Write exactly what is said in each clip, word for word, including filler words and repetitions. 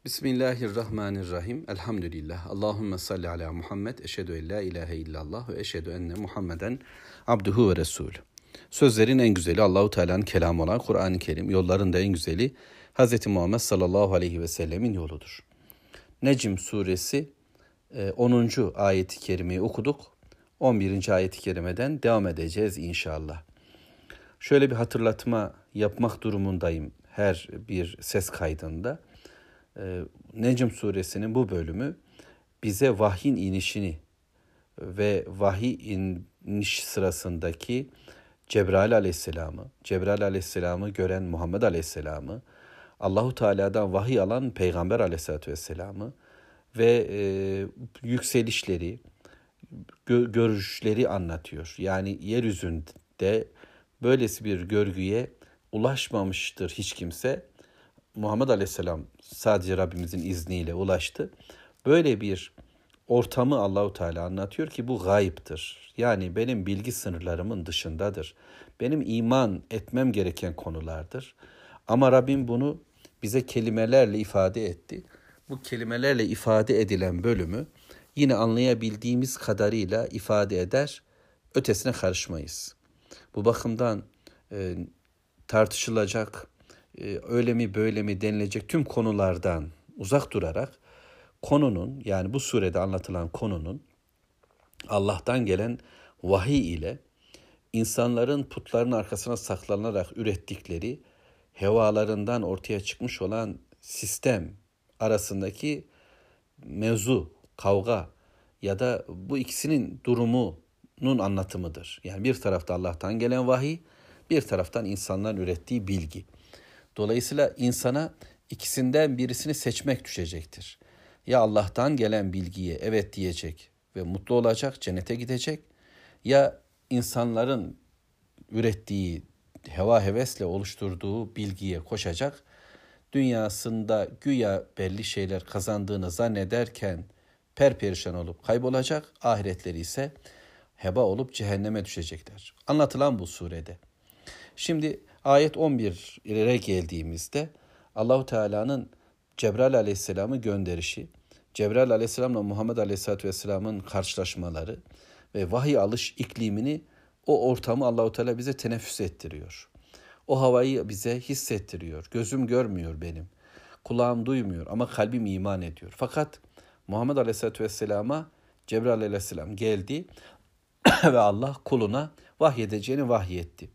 Bismillahirrahmanirrahim. Elhamdülillah. Allahümme salli ala Muhammed. Eşhedü en la ilahe illallah ve eşhedü enne Muhammeden abduhu ve resulü. Sözlerin en güzeli Allahu Teala'nın kelamı olan Kur'an-ı Kerim. Yolların da en güzeli Hz. Muhammed sallallahu aleyhi ve sellemin yoludur. Necm suresi onuncu ayeti kerimeyi okuduk. on birinci ayeti kerimeden devam edeceğiz inşallah. Şöyle bir hatırlatma yapmak durumundayım her bir ses kaydında. Necm suresinin bu bölümü bize vahyin inişini ve vahiy iniş sırasındaki Cebrail aleyhisselamı, Cebrail aleyhisselamı gören Muhammed aleyhisselamı, Allahu Teala'dan vahiy alan Peygamber aleyhisselatü vesselamı ve e, yükselişleri, gö- görüşleri anlatıyor. Yani yeryüzünde böylesi bir görgüye ulaşmamıştır hiç kimse. Muhammed Aleyhisselam sadece Rabbimizin izniyle ulaştı. Böyle bir ortamı Allahu Teala anlatıyor ki bu gayiptir. Yani benim bilgi sınırlarımın dışındadır. Benim iman etmem gereken konulardır. Ama Rabbim bunu bize kelimelerle ifade etti. Bu kelimelerle ifade edilen bölümü yine anlayabildiğimiz kadarıyla ifade eder, ötesine karışmayız. Bu bakımdan e, tartışılacak, öyle mi böyle mi denilecek tüm konulardan uzak durarak konunun, yani bu surede anlatılan konunun Allah'tan gelen vahiy ile insanların putların arkasına saklanarak ürettikleri hevalarından ortaya çıkmış olan sistem arasındaki mevzu, kavga ya da bu ikisinin durumunun anlatımıdır. Yani bir tarafta Allah'tan gelen vahiy, bir taraftan insanların ürettiği bilgi. Dolayısıyla insana ikisinden birisini seçmek düşecektir. Ya Allah'tan gelen bilgiye evet diyecek ve mutlu olacak, cennete gidecek. Ya insanların ürettiği, heva hevesle oluşturduğu bilgiye koşacak. Dünyasında güya belli şeyler kazandığını zannederken perperişan olup kaybolacak. Ahiretleri ise heba olup cehenneme düşecekler. Anlatılan bu surede. Şimdi ayet on bire geldiğimizde Allahu Teala'nın Cebrail Aleyhisselam'ı gönderişi, Cebrail Aleyhisselam'la Muhammed Aleyhisselatü Vesselam'ın karşılaşmaları ve vahiy alış iklimini, o ortamı Allahu Teala bize teneffüs ettiriyor. O havayı bize hissettiriyor. Gözüm görmüyor benim, kulağım duymuyor ama kalbim iman ediyor. Fakat Muhammed Aleyhisselatü Vesselam'a Cebrail Aleyhisselam geldi ve Allah kuluna vahyedeceğini vahyetti.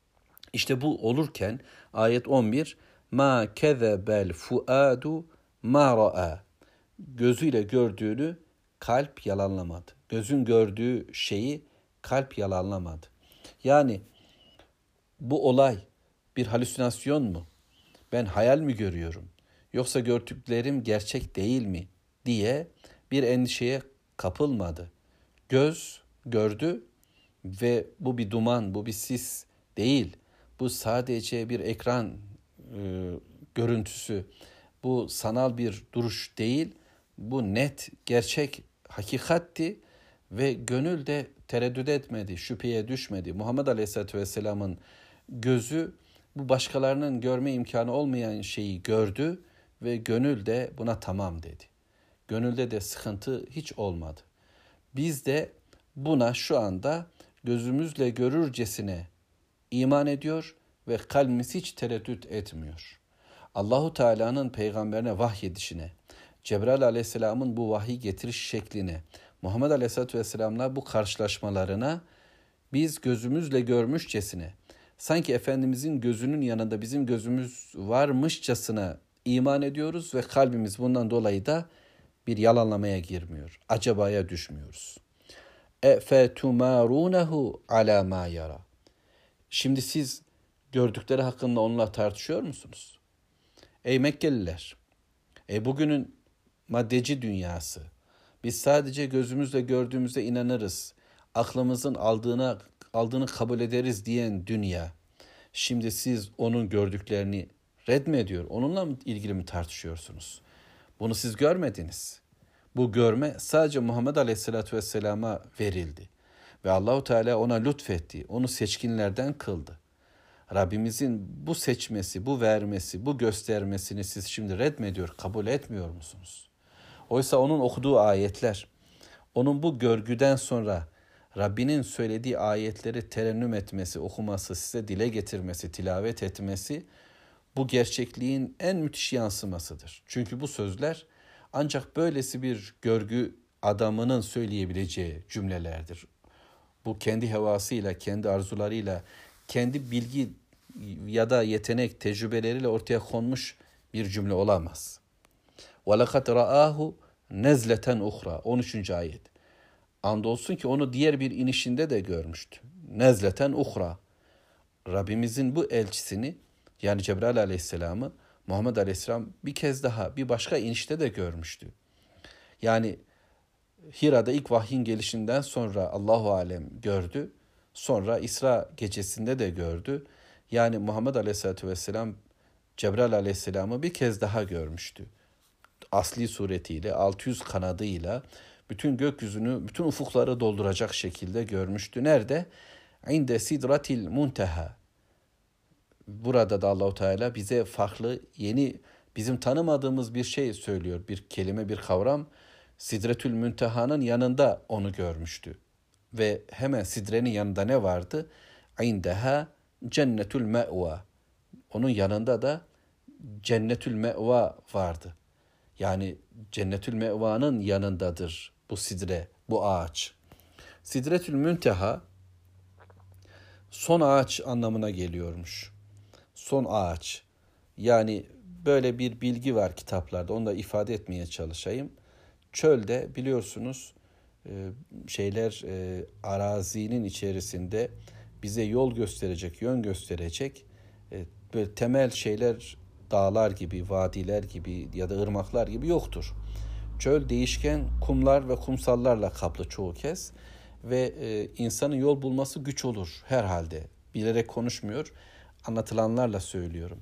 İşte bu olurken ayet on bir ma kezebel fuadu ma ra'a, gözüyle gördüğünü kalp yalanlamadı. Gözün gördüğü şeyi kalp yalanlamadı. Yani bu olay bir halüsinasyon mu? Ben hayal mi görüyorum? Yoksa gördüklerim gerçek değil mi diye bir endişeye kapılmadı. Göz gördü ve bu bir duman, bu bir sis değil. Bu sadece bir ekran e, görüntüsü, bu sanal bir duruş değil, bu net, gerçek, hakikatti ve gönül de tereddüt etmedi, şüpheye düşmedi. Muhammed Aleyhisselatü Vesselam'ın gözü bu başkalarının görme imkanı olmayan şeyi gördü ve gönül de buna tamam dedi. Gönülde de sıkıntı hiç olmadı. Biz de buna şu anda gözümüzle görürcesine iman ediyor ve kalbimiz hiç tereddüt etmiyor. Allahu Teala'nın peygamberine vahyedişine, Cebrail Aleyhisselam'ın bu vahiy getiriş şekline, Muhammed Aleyhisselatü Vesselam'la bu karşılaşmalarına biz gözümüzle görmüşçesine, sanki Efendimizin gözünün yanında bizim gözümüz varmışçasına iman ediyoruz ve kalbimiz bundan dolayı da bir yalanlamaya girmiyor. Acabaya düşmüyoruz. اَفَتُمَارُونَهُ عَلَى مَا يَرَى. Şimdi siz gördükleri hakkında onunla tartışıyor musunuz? Ey Mekkeliler, ey bugünün maddeci dünyası, biz sadece gözümüzle gördüğümüzde inanırız, aklımızın aldığına, aldığını kabul ederiz diyen dünya, şimdi siz onun gördüklerini red mi ediyor, onunla mı ilgili mi tartışıyorsunuz? Bunu siz görmediniz. Bu görme sadece Muhammed Aleyhisselatü Vesselam'a verildi. Ve Allahu Teala ona lütfetti, onu seçkinlerden kıldı. Rabbimizin bu seçmesi, bu vermesi, bu göstermesini siz şimdi red mi ediyor, kabul etmiyor musunuz? Oysa onun okuduğu ayetler, onun bu görgüden sonra Rabbinin söylediği ayetleri terennüm etmesi, okuması, size dile getirmesi, tilavet etmesi bu gerçekliğin en müthiş yansımasıdır. Çünkü bu sözler ancak böylesi bir görgü adamının söyleyebileceği cümlelerdir. Bu kendi hevasıyla, kendi arzularıyla, kendi bilgi ya da yetenek, tecrübeleriyle ortaya konmuş bir cümle olamaz. وَلَقَدْ رَآهُ nezleten uhra. on üçüncü ayet. Andolsun ki onu diğer bir inişinde de görmüştü. Nezleten uhra. Rabbimizin bu elçisini, yani Cebrail aleyhisselamı, Muhammed aleyhisselam bir kez daha bir başka inişte de görmüştü. Yani Hira'da ilk vahyin gelişinden sonra Allahu alem gördü. Sonra İsra gecesinde de gördü. Yani Muhammed aleyhisselatü vesselam Cebrail aleyhisselamı bir kez daha görmüştü. Asli suretiyle, altı yüz kanadıyla bütün gökyüzünü, bütün ufukları dolduracak şekilde görmüştü. Nerede? İnde sidratil munteha. Burada da Allahu Teala bize farklı, yeni, bizim tanımadığımız bir şey söylüyor. Bir kelime, bir kavram. Sidretül Münteha'nın yanında onu görmüştü. Ve hemen sidrenin yanında ne vardı? İndeha cennetül me'va. Onun yanında da cennetül me'va vardı. Yani cennetül me'vanın yanındadır bu sidre, bu ağaç. Sidretül Münteha son ağaç anlamına geliyormuş. Son ağaç. Yani böyle bir bilgi var kitaplarda. Onu da ifade etmeye çalışayım. Çölde biliyorsunuz şeyler arazinin içerisinde bize yol gösterecek, yön gösterecek böyle temel şeyler, dağlar gibi, vadiler gibi ya da ırmaklar gibi yoktur. Çöl değişken kumlar ve kumsallarla kaplı çoğu kez ve e, insanın yol bulması güç olur herhalde. Bilerek konuşmuyor, anlatılanlarla söylüyorum.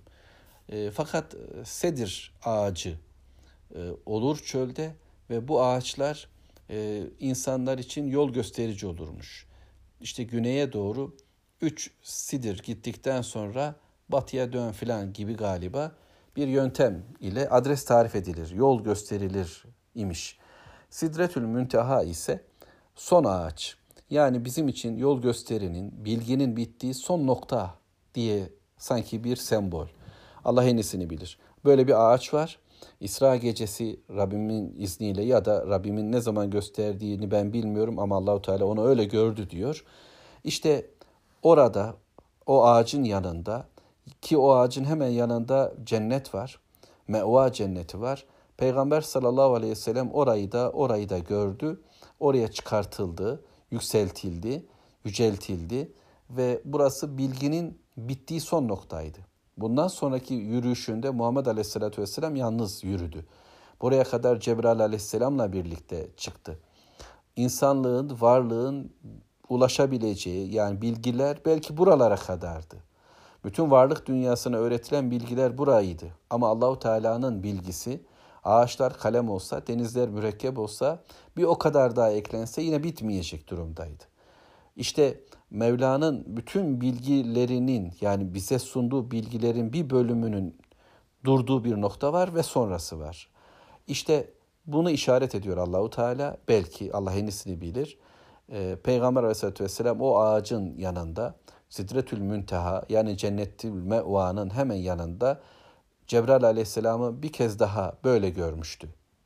E, fakat sedir ağacı e, olur çölde ve bu ağaçlar e, insanlar için yol gösterici olurmuş. İşte güneye doğru üç sidir gittikten sonra batıya dön filan gibi galiba bir yöntem ile adres tarif edilir, yol gösterilir imiş. Sidretül Münteha ise son ağaç. Yani bizim için yol gösterinin, bilginin bittiği son nokta diye sanki bir sembol. Allah en iyisini bilir. Böyle bir ağaç var. İsra gecesi Rabbimin izniyle ya da Rabbimin ne zaman gösterdiğini ben bilmiyorum ama Allahu Teala onu öyle gördü diyor. İşte orada o ağacın yanında ki o ağacın hemen yanında cennet var. Me'va cenneti var. Peygamber sallallahu aleyhi ve sellem orayı da orayı da gördü. Oraya çıkartıldı, yükseltildi, yüceltildi ve burası bilginin bittiği son noktaydı. Bundan sonraki yürüyüşünde Muhammed aleyhissalatü vesselam yalnız yürüdü. Buraya kadar Cebrail aleyhisselamla birlikte çıktı. İnsanlığın, varlığın ulaşabileceği yani bilgiler belki buralara kadardı. Bütün varlık dünyasına öğretilen bilgiler buraydı. Ama Allahu Teala'nın bilgisi ağaçlar kalem olsa, denizler mürekkep olsa bir o kadar daha eklense yine bitmeyecek durumdaydı. İşte Mevla'nın bütün bilgilerinin yani bize sunduğu bilgilerin bir bölümünün durduğu bir nokta var ve sonrası var. İşte bunu işaret ediyor Allahu Teala. Belki Allah en iyisini bilir. Ee, Peygamber Aleyhisselatü Vesselam o ağacın yanında Sidretül Münteha yani Cennetül Me'va'nın hemen yanında Cebrail Aleyhisselam'ı bir kez daha böyle görmüştü.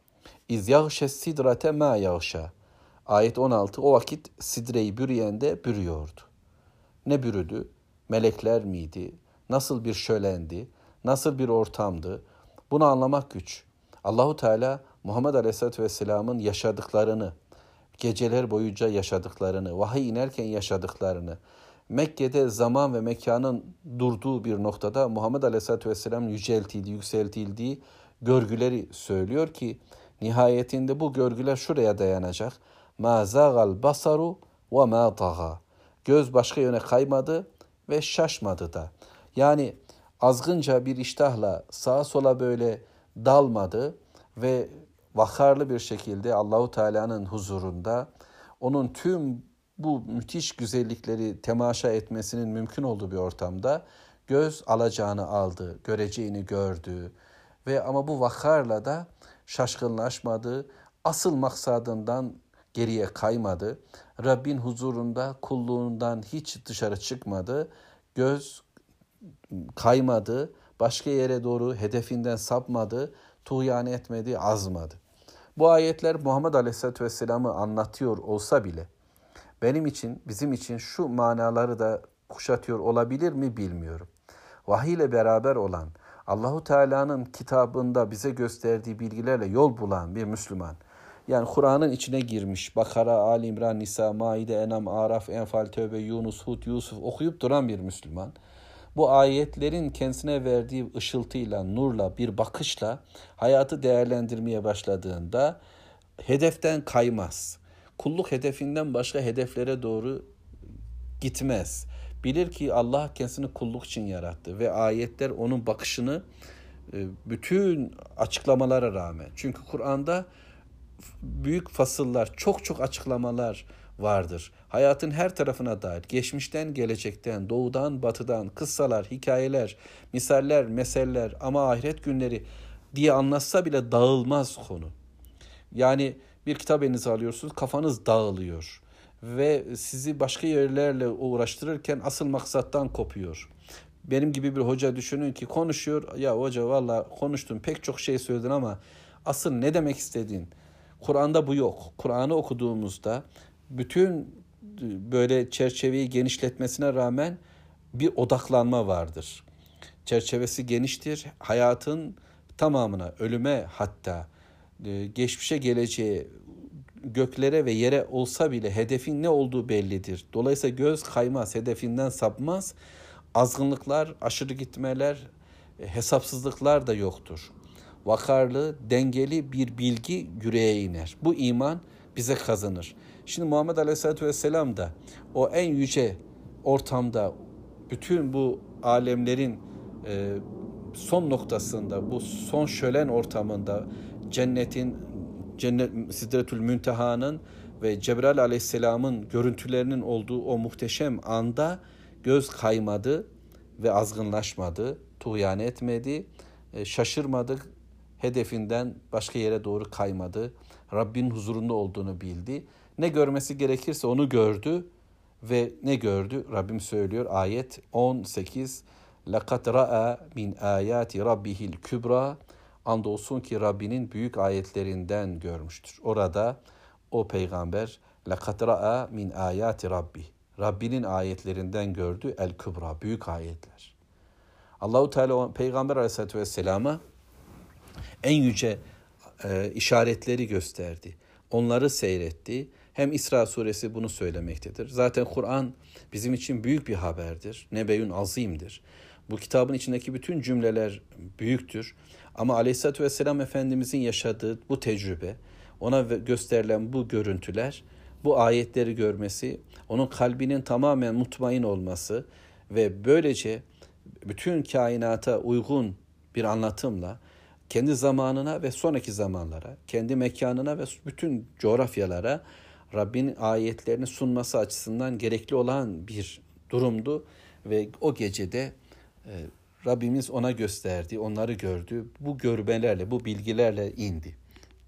İz yağşe sidrate ma yağşa. Ayet on altı o vakit sidreyi bürüyen de bürüyordu. Ne bürüdü? Melekler miydi? Nasıl bir şölendi? Nasıl bir ortamdı? Bunu anlamak güç. Allahu Teala Muhammed Aleyhisselatü Vesselam'ın yaşadıklarını, geceler boyunca yaşadıklarını, vahiy inerken yaşadıklarını, Mekke'de zaman ve mekanın durduğu bir noktada Muhammed Aleyhisselatü Vesselam'ın yüceltildiği, yükseltildiği görgüleri söylüyor ki nihayetinde bu görgüler şuraya dayanacak. مَا زَاغَ الْبَصَرُ وَمَا طَغَى. Göz başka yöne kaymadı ve şaşmadı da. Yani azgınca bir iştahla sağa sola böyle dalmadı ve vakarlı bir şekilde Allahu Teala'nın huzurunda onun tüm bu müthiş güzellikleri temaşa etmesinin mümkün olduğu bir ortamda Göz alacağını aldı, göreceğini gördü ve ama bu vakarla da şaşkınlaşmadı, asıl maksadından geriye kaymadı. Rabbin huzurunda kulluğundan hiç dışarı çıkmadı. Göz kaymadı, başka yere doğru hedefinden sapmadı, tuğyan etmedi, azmadı. Bu ayetler Muhammed Aleyhisselatü Vesselam'ı anlatıyor olsa bile benim için, bizim için şu manaları da kuşatıyor olabilir mi bilmiyorum. Vahiy ile beraber olan, Allahu Teala'nın kitabında bize gösterdiği bilgilerle yol bulan bir Müslüman, yani Kur'an'ın içine girmiş, Bakara, Ali İmran, Nisa, Maide, Enam, Araf, Enfal, Tevbe, Yunus, Hud, Yusuf okuyup duran bir Müslüman, bu ayetlerin kendisine verdiği ışıltıyla, nurla, bir bakışla hayatı değerlendirmeye başladığında hedeften kaymaz. Kulluk hedefinden başka hedeflere doğru gitmez. Bilir ki Allah kendisini kulluk için yarattı ve ayetler onun bakışını bütün açıklamalara rağmen. Çünkü Kur'an'da büyük fasıllar, çok çok açıklamalar vardır. Hayatın her tarafına dair, geçmişten, gelecekten, doğudan, batıdan, kıssalar, hikayeler, misaller, meseller ama ahiret günleri diye anlatsa bile dağılmaz konu. Yani bir kitap elinize alıyorsunuz, kafanız dağılıyor ve sizi başka yerlerle uğraştırırken asıl maksattan kopuyor. Benim gibi bir hoca düşünün ki konuşuyor, ya hoca valla konuştun, pek çok şey söyledin ama asıl ne demek istediğin? Kur'an'da bu yok. Kur'an'ı okuduğumuzda bütün böyle çerçeveyi genişletmesine rağmen bir odaklanma vardır. Çerçevesi geniştir. Hayatın tamamına, ölüme hatta, geçmişe, geleceğe, göklere ve yere olsa bile hedefin ne olduğu bellidir. Dolayısıyla göz kaymaz, hedefinden sapmaz. Azgınlıklar, aşırı gitmeler, hesapsızlıklar da yoktur. Vakarlı, dengeli bir bilgi yüreğe iner. Bu iman bize kazanır. Şimdi Muhammed Aleyhisselatü Vesselam da o en yüce ortamda, bütün bu alemlerin e, son noktasında, bu son şölen ortamında, cennetin, cennet Sidretül Münteha'nın ve Cebrail Aleyhisselam'ın görüntülerinin olduğu o muhteşem anda göz kaymadı ve azgınlaşmadı, tuğyan etmedi, e, şaşırmadı, hedefinden başka yere doğru kaymadı. Rabbinin huzurunda olduğunu bildi. Ne görmesi gerekirse onu gördü ve ne gördü? Rabbim söylüyor ayet on sekiz. لَقَدْ رَأَى مِنْ آيَاتِ رَبِّهِ الْكُبْرَى Andolsun ki Rabbinin büyük ayetlerinden görmüştür. Orada o peygamber لَقَدْ رَأَى مِنْ آيَاتِ رَبِّهِ Rabbinin ayetlerinden gördü el-kübra, büyük ayetler. Allahu Teala Peygamber Aleyhisselatü Vesselam'a en yüce e, işaretleri gösterdi. Onları seyretti. Hem İsra suresi bunu söylemektedir. Zaten Kur'an bizim için büyük bir haberdir. Nebe'ün azimdir. Bu kitabın içindeki bütün cümleler büyüktür. Ama Aleyhisselatü Vesselam Efendimizin yaşadığı bu tecrübe, ona gösterilen bu görüntüler, bu ayetleri görmesi, onun kalbinin tamamen mutmain olması ve böylece bütün kainata uygun bir anlatımla kendi zamanına ve sonraki zamanlara, kendi mekanına ve bütün coğrafyalara Rabbin ayetlerini sunması açısından gerekli olan bir durumdu. Ve o gecede e, Rabbimiz ona gösterdi, onları gördü. Bu görmelerle, bu bilgilerle indi.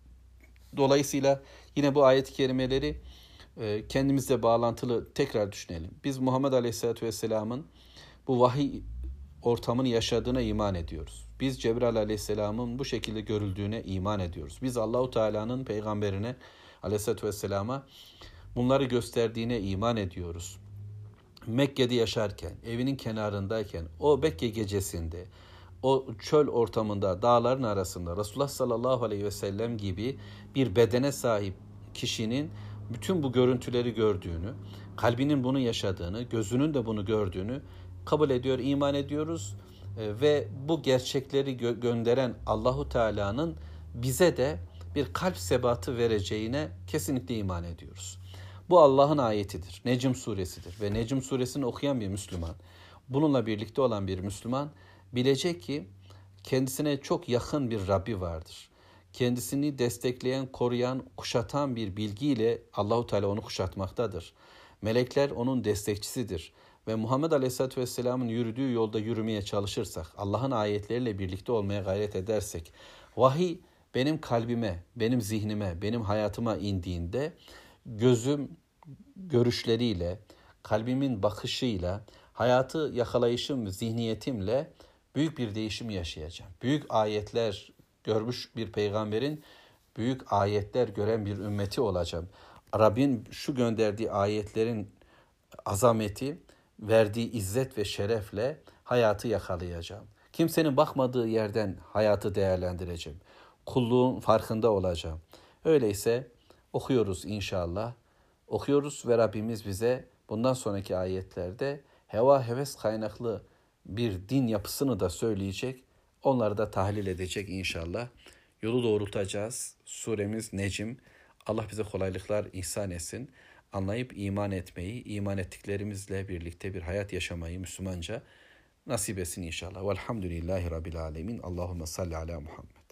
Dolayısıyla yine bu ayet-i kerimeleri e, kendimizle bağlantılı tekrar düşünelim. Biz Muhammed Aleyhisselatü Vesselam'ın bu vahiy ortamını yaşadığına iman ediyoruz. Biz Cebrail Aleyhisselam'ın bu şekilde görüldüğüne iman ediyoruz. Biz Allahu Teala'nın peygamberine Aleyhisselatü Vesselam'a bunları gösterdiğine iman ediyoruz. Mekke'de yaşarken, evinin kenarındayken, o Mekke gecesinde, o çöl ortamında, dağların arasında Resulullah sallallahu aleyhi ve sellem gibi bir bedene sahip kişinin bütün bu görüntüleri gördüğünü, kalbinin bunu yaşadığını, gözünün de bunu gördüğünü kabul ediyor, iman ediyoruz ve bu gerçekleri gö- gönderen Allahu Teala'nın bize de bir kalp sebatı vereceğine kesinlikle iman ediyoruz. Bu Allah'ın ayetidir. Necm suresidir ve Necm suresini okuyan bir Müslüman, bununla birlikte olan bir Müslüman bilecek ki kendisine çok yakın bir Rabbi vardır. Kendisini destekleyen, koruyan, kuşatan bir bilgiyle Allahu Teala onu kuşatmaktadır. Melekler onun destekçisidir ve Muhammed Aleyhisselatü Vesselam'ın yürüdüğü yolda yürümeye çalışırsak, Allah'ın ayetleriyle birlikte olmaya gayret edersek, vahiy benim kalbime, benim zihnime, benim hayatıma indiğinde gözüm görüşleriyle, kalbimin bakışıyla, hayatı yakalayışım, zihniyetimle büyük bir değişim yaşayacağım. Büyük ayetler görmüş bir peygamberin büyük ayetler gören bir ümmeti olacağım. Rabbin şu gönderdiği ayetlerin azameti, verdiği izzet ve şerefle hayatı yakalayacağım. Kimsenin bakmadığı yerden hayatı değerlendireceğim. Kulluğun farkında olacağım. Öyleyse okuyoruz inşallah. Okuyoruz ve Rabbimiz bize bundan sonraki ayetlerde heva heves kaynaklı bir din yapısını da söyleyecek. Onları da tahlil edecek inşallah. Yolu doğrultacağız. Suremiz Necm. Allah bize kolaylıklar ihsan etsin. Anlayıp iman etmeyi, iman ettiklerimizle birlikte bir hayat yaşamayı Müslümanca nasip etsin inşallah. Velhamdülillahi Rabbil Alemin. Allahümme salli ala Muhammed.